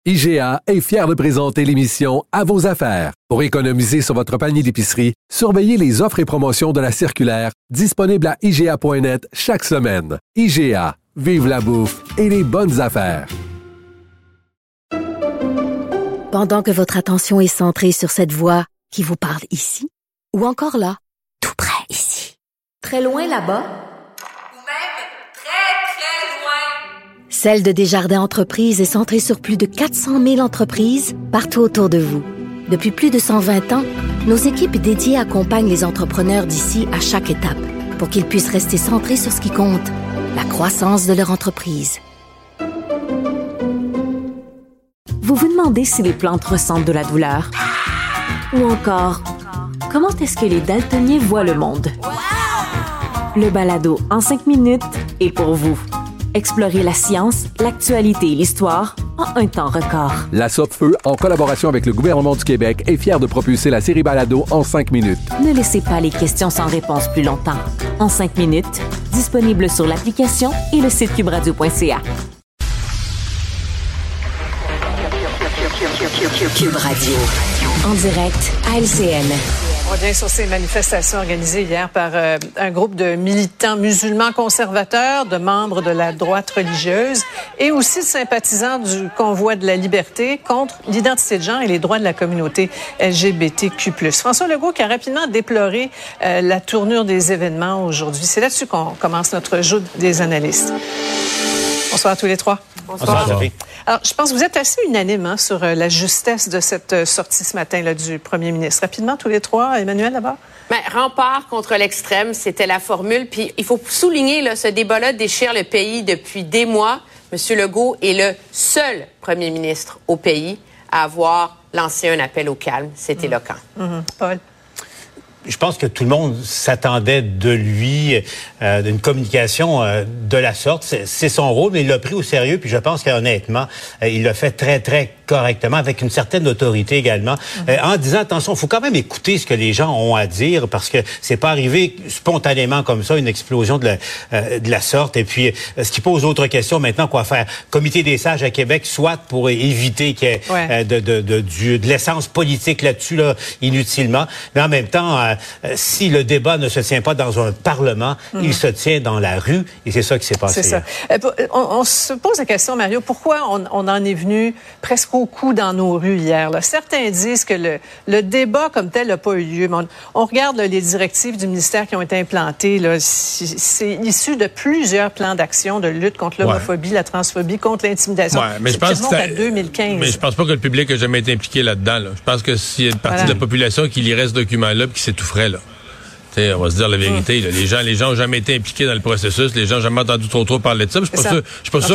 IGA est fier de présenter l'émission À vos affaires. Pour économiser sur votre panier d'épicerie, surveillez les offres et promotions de la circulaire disponible à IGA.net chaque semaine. IGA, vive la bouffe et les bonnes affaires. Pendant que votre attention est centrée sur cette voix qui vous parle ici, ou encore là, tout près ici, très loin là-bas, Celle de Desjardins Entreprises est centrée sur plus de 400 000 entreprises partout autour de vous. Depuis plus de 120 ans, nos équipes dédiées accompagnent les entrepreneurs d'ici à chaque étape pour qu'ils puissent rester centrés sur ce qui compte, la croissance de leur entreprise. Vous vous demandez si les plantes ressentent de la douleur? Ou encore, comment est-ce que les daltoniens voient le monde? Le balado en 5 minutes est pour vous. Explorez la science, l'actualité et l'histoire en un temps record. La Sopfeu, en collaboration avec le gouvernement du Québec, est fière de propulser la série Balado en 5 minutes. Ne laissez pas les questions sans réponse plus longtemps. En 5 minutes, disponible sur l'application et le site cubradio.ca. Cube Radio. En direct à LCN. On revient sur ces manifestations organisées hier par un groupe de militants musulmans conservateurs, de membres de la droite religieuse et aussi de sympathisants du convoi de la liberté contre l'identité de genre et les droits de la communauté LGBTQ+. François Legault qui a rapidement déploré la tournure des événements aujourd'hui. C'est là-dessus qu'on commence notre jeu des analystes. Bonsoir à tous les trois. Bonsoir, Sophie. Alors, je pense que vous êtes assez unanimes sur la justesse de cette sortie ce matin là, du premier ministre. Rapidement, tous les trois. Emmanuel, d'abord. Rempart contre l'extrême, c'était la formule. Puis, il faut souligner, là, ce débat-là déchire le pays depuis des mois. M. Legault est le seul premier ministre au pays à avoir lancé un appel au calme. C'est éloquent. Paul? Je pense que tout le monde s'attendait de lui d'une communication de la sorte. C'est son rôle, mais il l'a pris au sérieux. Puis je pense qu'honnêtement, il l'a fait très, très correctement, avec une certaine autorité également, en disant, attention, il faut quand même écouter ce que les gens ont à dire, parce que c'est pas arrivé spontanément comme ça, une explosion de la sorte. Et puis, ce qui pose d'autres questions maintenant, quoi faire? Comité des sages à Québec, soit pour éviter qu'il y ait de l'essence politique là-dessus, là, inutilement, mais en même temps, si le débat ne se tient pas dans un parlement, il se tient dans la rue, et c'est ça qui s'est passé. C'est ça. On se pose la question, Mario, pourquoi on en est venu presque au cou dans nos rues hier, là? Certains disent que le débat comme tel n'a pas eu lieu. Mais on regarde là, les directives du ministère qui ont été implantées. Là, c'est issu de plusieurs plans d'action de lutte contre l'homophobie, la transphobie, contre l'intimidation. Mais je pense que à 2015. Mais je pense pas que le public a jamais été impliqué là-dedans. Là. Je pense que s'il y a une partie de la population qui lirait ce document-là puis qui s'étoufferait, là. T'sais, on va se dire la vérité. Là. Les gens ont jamais été impliqués dans le processus. Les gens n'ont jamais entendu trop parler de ça. Je suis pas sûr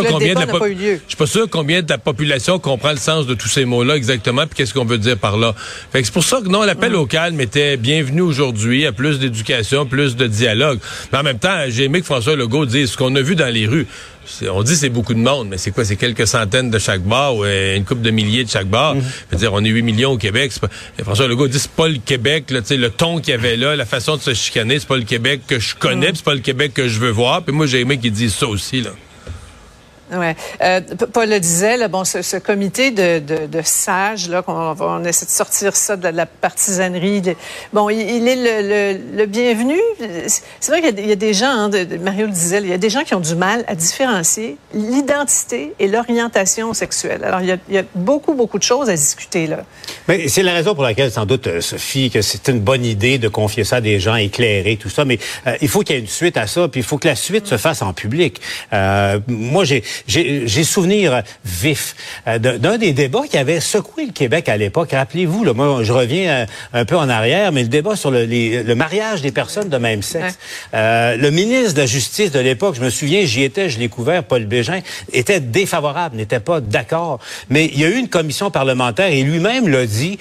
combien de la population comprend le sens de tous ces mots-là exactement, puis qu'est-ce qu'on veut dire par là. Fait que c'est pour ça que non, l'appel au calme était bienvenu aujourd'hui, à plus d'éducation, plus de dialogue. Mais en même temps, j'ai aimé que François Legault dise ce qu'on a vu dans les rues. On dit c'est beaucoup de monde, mais c'est quoi? C'est quelques centaines de chaque bar ou une couple de milliers de chaque bar. Je veux dire, on est 8 millions au Québec. François Legault dit c'est pas le Québec, là, le ton qu'il y avait là, la façon de se chicaner, c'est pas le Québec que je connais, c'est pas le Québec que je veux voir. Puis moi, j'ai aimé qu'ils disent ça aussi, là. Ouais. Paul le disait, là, bon, ce comité de sages, là, on essaie de sortir ça de la partisanerie. Bon, il est le bienvenu. C'est vrai qu'il y a des gens, Mario le disait, il y a des gens qui ont du mal à différencier l'identité et l'orientation sexuelle. Alors, il y a beaucoup de choses à discuter, là. Mais c'est la raison pour laquelle, sans doute, Sophie, que c'est une bonne idée de confier ça à des gens éclairés, tout ça. Mais il faut qu'il y ait une suite à ça, puis il faut que la suite se fasse en public. Moi, j'ai souvenir vif d'un des débats qui avait secoué le Québec à l'époque. Rappelez-vous, là, moi, je reviens un peu en arrière, mais le débat sur le mariage des personnes de même sexe. Le ministre de la Justice de l'époque, je me souviens, j'y étais, je l'ai couvert, Paul Bégin, était défavorable, n'était pas d'accord. Mais il y a eu une commission parlementaire et lui-même l'a dit,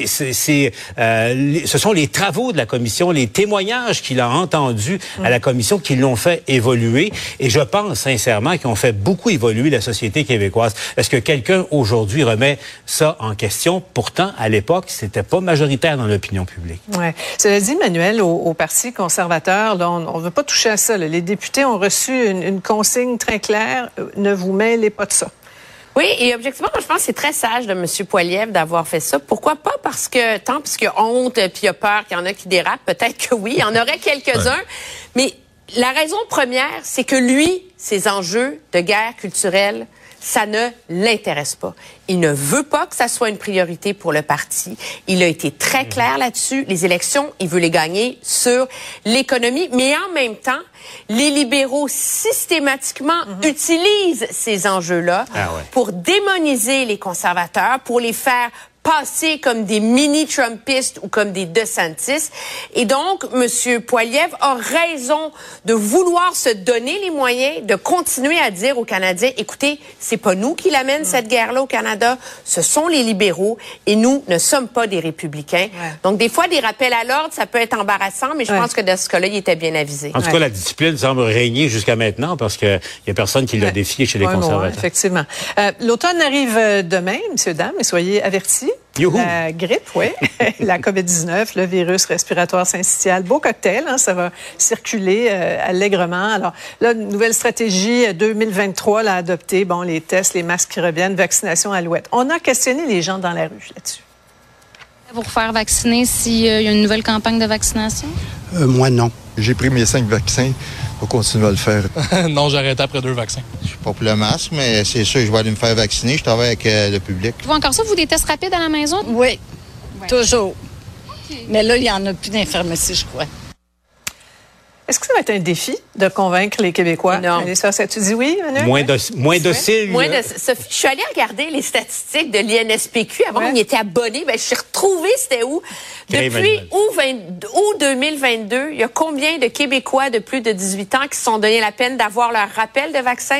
ce sont les travaux de la commission, les témoignages qu'il a entendus à la commission qui l'ont fait évoluer. Et je pense sincèrement qu'ils ont fait beaucoup évoluer la société québécoise. Est-ce que quelqu'un aujourd'hui remet ça en question? Pourtant, à l'époque, c'était pas majoritaire dans l'opinion publique. Ouais. Cela dit, Emmanuel, au Parti conservateur, là, on ne veut pas toucher à ça. Là. Les députés ont reçu une consigne très claire. Ne vous mêlez pas de ça. Oui, et objectivement, je pense que c'est très sage de M. Poilievre d'avoir fait ça. Pourquoi pas? Parce qu'il y a honte, puis il y a peur qu'il y en a qui dérapent. Peut-être que oui, il y en aurait quelques-uns. Mais la raison première, c'est que lui, ses enjeux de guerre culturelle, ça ne l'intéresse pas. Il ne veut pas que ça soit une priorité pour le parti. Il a été très clair là-dessus. Les élections, il veut les gagner sur l'économie. Mais en même temps, les libéraux systématiquement utilisent ces enjeux-là pour démoniser les conservateurs, pour les faire passer comme des mini-Trumpistes ou comme des DeSantis. Et donc, M. Poilievre a raison de vouloir se donner les moyens de continuer à dire aux Canadiens, écoutez, c'est pas nous qui l'amènent cette guerre-là au Canada, ce sont les libéraux et nous ne sommes pas des républicains. Donc, des fois, des rappels à l'ordre, ça peut être embarrassant, mais je pense que dans ce cas-là, il était bien avisé. En tout cas, la discipline semble régner jusqu'à maintenant parce qu'il y a personne qui l'a défié chez les conservateurs. Effectivement. L'automne arrive demain, messieurs, dames, et soyez avertis. Youhou. La grippe, oui. La COVID-19, le virus respiratoire syncytial. Beau cocktail, hein, ça va circuler allègrement. Alors là, une nouvelle stratégie 2023 l'a adoptée. Bon, les tests, les masques qui reviennent, vaccination à l'ouette. On a questionné les gens dans la rue là-dessus. Vous refaire vacciner s'il y a une nouvelle campagne de vaccination? Moi, non. J'ai pris mes 5 vaccins. Je vais continuer à le faire. Non, j'ai arrêté après 2 vaccins. Je suis pas pour le masque, mais c'est sûr que je vais aller me faire vacciner. Je travaille avec le public. Vous encore ça, vous, des tests rapides à la maison? Oui, toujours. Okay. Mais là, il n'y en a plus d'infirmerie, je crois. Est-ce que ça va être un défi de convaincre les Québécois d'aller se faire ça? Tu dis oui, Manu? Moins docile. Sophie, je suis allée regarder les statistiques de l'INSPQ. Avant, on y était abonné. Ben, je suis retrouvée, c'était où? Depuis août 2022, il y a combien de Québécois de plus de 18 ans qui se sont donné la peine d'avoir leur rappel de vaccin?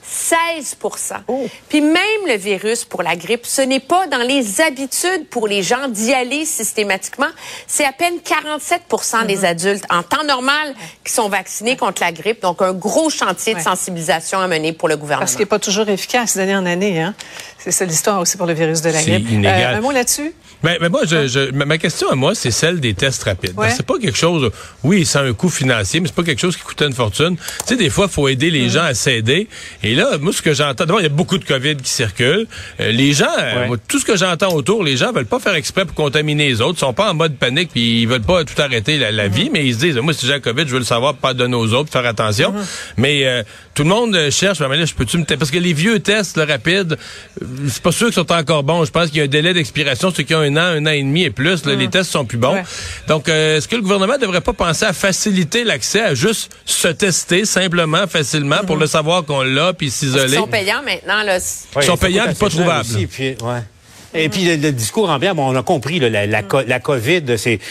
16 %. Puis même le virus pour la grippe, ce n'est pas dans les habitudes pour les gens d'y aller systématiquement. C'est à peine 47 % des adultes en temps normal qui sont vaccinés contre la grippe. Donc, un gros chantier de sensibilisation à mener pour le gouvernement. Parce qu'il n'est pas toujours efficace d'année en année. Hein? C'est ça l'histoire aussi pour le virus de la grippe. Inégal. Un mot là-dessus? Mais moi, ma question à moi, c'est celle des tests rapides. C'est pas quelque chose, oui, c'est un coût financier, mais c'est pas quelque chose qui coûtait une fortune. Tu sais, des fois, il faut aider les gens à s'aider. Et là, moi, ce que j'entends, d'abord, il y a beaucoup de COVID qui circulent. Les gens, tout ce que j'entends autour, les gens veulent pas faire exprès pour contaminer les autres. Ils sont pas en mode panique, puis ils veulent pas tout arrêter la vie, mais ils se disent, moi, si j'ai la COVID, je veux le savoir, pas donner aux autres, faire attention. Mais tout le monde cherche, mais là, je peux-tu me parce que les vieux tests rapides, c'est pas sûr qu'ils sont encore bons. Je pense qu'il y a un délai d'expiration, ceux qui ont un an et demi et plus, là, les tests sont plus bons. Donc, est-ce que le gouvernement devrait pas penser à faciliter l'accès à juste se tester simplement, facilement, pour le savoir qu'on l'a, puis s'isoler? Ils sont payants maintenant, là. Ils sont payants et pas trouvables. Aussi, puis, Et puis le discours ambiant, on a compris la COVID,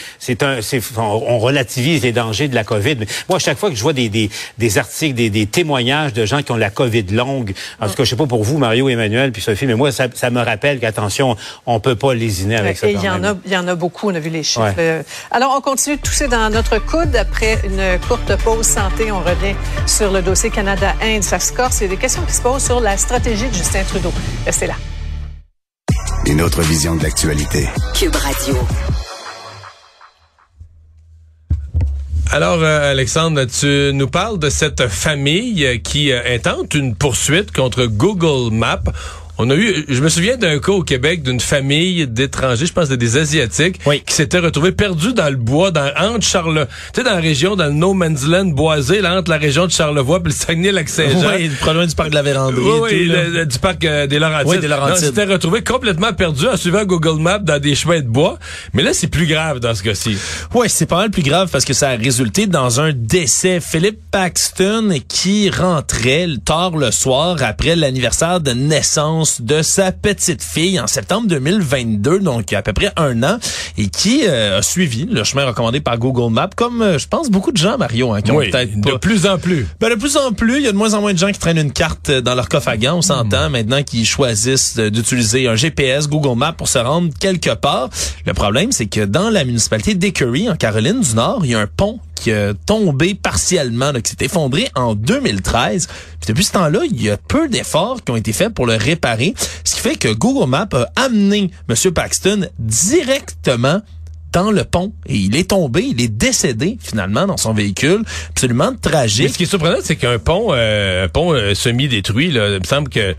on relativise les dangers de la COVID. Mais moi, chaque fois que je vois des articles, des témoignages de gens qui ont la COVID longue, en tout cas, je sais pas pour vous, Mario, Emmanuel, puis Sophie, mais moi, ça me rappelle qu'attention, on peut pas lésiner avec ça. Et il y en a beaucoup. On a vu les chiffres. Alors, on continue de tousser dans notre coude après une courte pause santé. On revient sur le dossier Canada-Inde. Ça se corse. Il y a des questions qui se posent sur la stratégie de Justin Trudeau. Restez là. Une autre vision de l'actualité. Cube Radio. Alors, Alexandre, tu nous parles de cette famille qui intente une poursuite contre Google Maps. Je me souviens d'un cas au Québec d'une famille d'étrangers, je pense des Asiatiques, qui s'étaient retrouvés perdus dans le bois, entre Charlevoix, tu sais, dans la région, dans le No Man's Land boisé, là, entre la région de Charlevoix et le Saguenay-Lac-Saint-Jean. Oui, pas loin du parc de la Vérandrie. Du parc des Laurentides. Oui, des Laurentides. Ils s'étaient retrouvés complètement perdus en suivant Google Maps dans des chemins de bois. Mais là, c'est plus grave dans ce cas-ci. Oui, c'est pas mal plus grave parce que ça a résulté dans un décès. Philip Paxton qui rentrait tard le soir après l'anniversaire de naissance de sa petite fille en septembre 2022, donc il y a à peu près 1 an, et qui a suivi le chemin recommandé par Google Maps, comme je pense beaucoup de gens, Mario, qui ont peut-être pas... De plus en plus. De plus en plus, il y a de moins en moins de gens qui traînent une carte dans leur coffre à gants, on s'entend, maintenant qu'ils choisissent d'utiliser un GPS Google Maps pour se rendre quelque part. Le problème, c'est que dans la municipalité d'Ecurie, en Caroline du Nord, il y a un pont qui a tombé partiellement, qui s'est effondré en 2013. Puis depuis ce temps-là, il y a peu d'efforts qui ont été faits pour le réparer, ce qui fait que Google Maps a amené M. Paxton directement dans le pont et il est tombé, il est décédé finalement dans son véhicule, absolument tragique. Mais ce qui est surprenant, c'est qu'un pont semi-détruit, là, il me semble que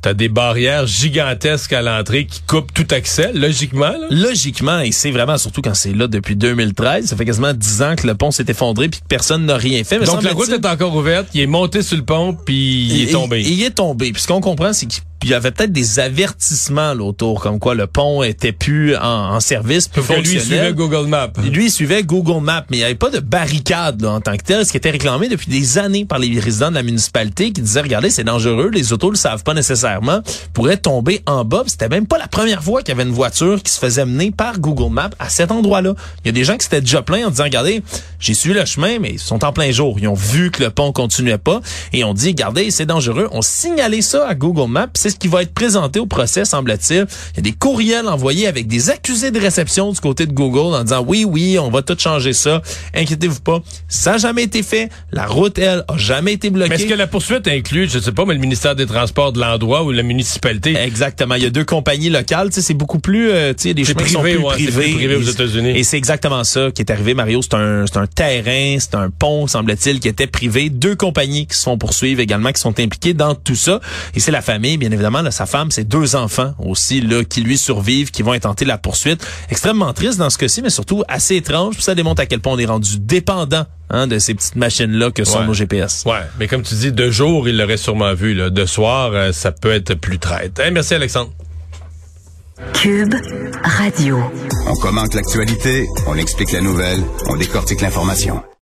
t'as des barrières gigantesques à l'entrée qui coupent tout accès, logiquement. Là. Logiquement, et c'est vraiment, surtout quand c'est là depuis 2013, ça fait quasiment 10 ans que le pont s'est effondré puis que personne n'a rien fait. Mais donc la route est encore ouverte, il est monté sur le pont puis il est tombé. Il est tombé. Puis ce qu'on comprend, c'est qu'il y avait peut-être des avertissements là, autour, comme quoi le pont était plus en service, plus fonctionnel. Lui, il suivait Google Maps. Lui, il suivait Google Maps, mais il n'y avait pas de barricade là, en tant que tel, ce qui était réclamé depuis des années par les résidents de la municipalité qui disaient, regardez, c'est dangereux, les autos le savent pas nécessairement, pourraient tomber en bas. Puis c'était même pas la première fois qu'il y avait une voiture qui se faisait mener par Google Maps à cet endroit-là. Il y a des gens qui s'étaient déjà plaints en disant, regardez, j'ai suivi le chemin, mais ils sont en plein jour. Ils ont vu que le pont continuait pas et on dit, regardez, c'est dangereux. On signalait ça à Google Maps. C'est ce qui va être présenté au procès, semble-t-il. Il y a des courriels envoyés avec des accusés de réception du côté de Google en disant, oui, on va tout changer ça. Inquiétez-vous pas. Ça n'a jamais été fait. La route, elle, a jamais été bloquée. Mais est-ce que la poursuite inclut, je sais pas, mais le ministère des Transports de l'endroit ou la municipalité? Exactement. Il y a 2 compagnies locales. Tu sais, c'est beaucoup plus, tu sais, des chemins qui sont plus privés. C'est plus privé aux États-Unis. Et c'est exactement ça qui est arrivé, Mario. C'est un terrain, c'est un pont, semble-t-il, qui était privé. 2 compagnies qui se font poursuivre également, qui sont impliquées dans tout ça. Et c'est la famille, bien évidemment, là, sa femme, ses 2 enfants aussi, là, qui lui survivent, qui vont intenter la poursuite. Extrêmement triste dans ce cas-ci, mais surtout assez étrange. Puis ça démontre à quel point on est rendu dépendant de ces petites machines-là que sont nos GPS. Ouais, mais comme tu dis, de jour, il l'aurait sûrement vu. Là. De soir, ça peut être plus traite. Hey, merci, Alexandre. Cube Radio. On commente l'actualité, on explique la nouvelle, on décortique l'information.